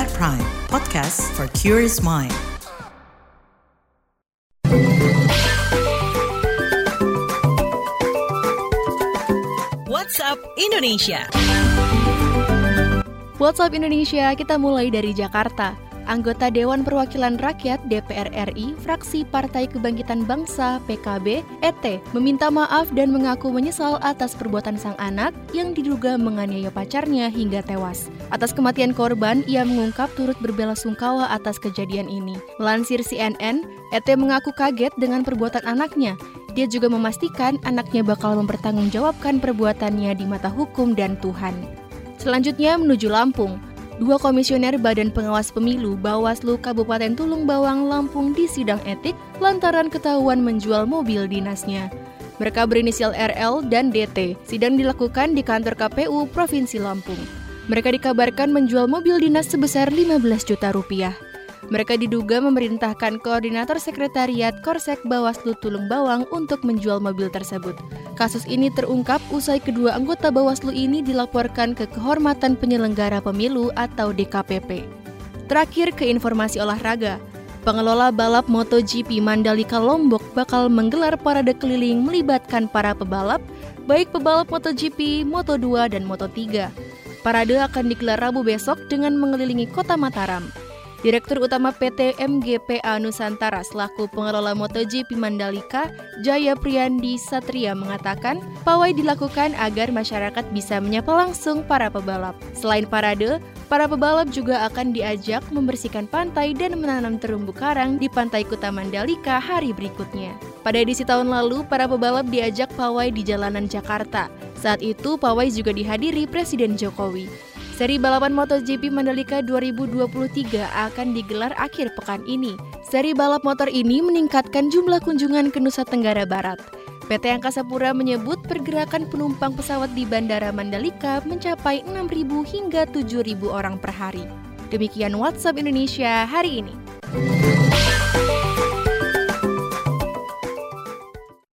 Smart Prime, podcast for curious mind. What's up Indonesia? What's up Indonesia, kita mulai dari Jakarta. Anggota Dewan Perwakilan Rakyat DPR RI, fraksi Partai Kebangkitan Bangsa PKB, ET, meminta maaf dan mengaku menyesal atas perbuatan sang anak yang diduga menganiaya pacarnya hingga tewas. Atas kematian korban, ia mengungkap turut berbelasungkawa atas kejadian ini. Melansir CNN, ET mengaku kaget dengan perbuatan anaknya. Dia juga memastikan anaknya bakal mempertanggungjawabkan perbuatannya di mata hukum dan Tuhan. Selanjutnya menuju Lampung. Dua komisioner Badan Pengawas Pemilu Bawaslu Kabupaten Tulung Bawang, Lampung disidang etik lantaran ketahuan menjual mobil dinasnya. Mereka berinisial RL dan DT. Sidang dilakukan di kantor KPU Provinsi Lampung. Mereka dikabarkan menjual mobil dinas sebesar 15 juta rupiah. Mereka diduga memerintahkan koordinator sekretariat Korsek Bawaslu Tulung Bawang untuk menjual mobil tersebut. Kasus ini terungkap usai kedua anggota Bawaslu ini dilaporkan ke Kehormatan Penyelenggara Pemilu atau DKPP. Terakhir ke informasi olahraga. Pengelola balap MotoGP Mandalika Lombok bakal menggelar parade keliling melibatkan para pebalap, baik pebalap MotoGP, Moto2, dan Moto3. Parade akan digelar Rabu besok dengan mengelilingi kota Mataram. Direktur Utama PT MGPA Nusantara selaku pengelola MotoGP Mandalika, Jaya Priyandi Satria mengatakan, pawai dilakukan agar masyarakat bisa menyapa langsung para pebalap. Selain parade, para pebalap juga akan diajak membersihkan pantai dan menanam terumbu karang di Pantai Kuta Mandalika hari berikutnya. Pada edisi tahun lalu, para pebalap diajak pawai di jalanan Jakarta. Saat itu, pawai juga dihadiri Presiden Jokowi. Seri balapan MotoGP Mandalika 2023 akan digelar akhir pekan ini. Seri balap motor ini meningkatkan jumlah kunjungan ke Nusa Tenggara Barat. PT Angkasa Pura menyebut pergerakan penumpang pesawat di Bandara Mandalika mencapai 6.000 hingga 7.000 orang per hari. Demikian WhatsApp Indonesia hari ini.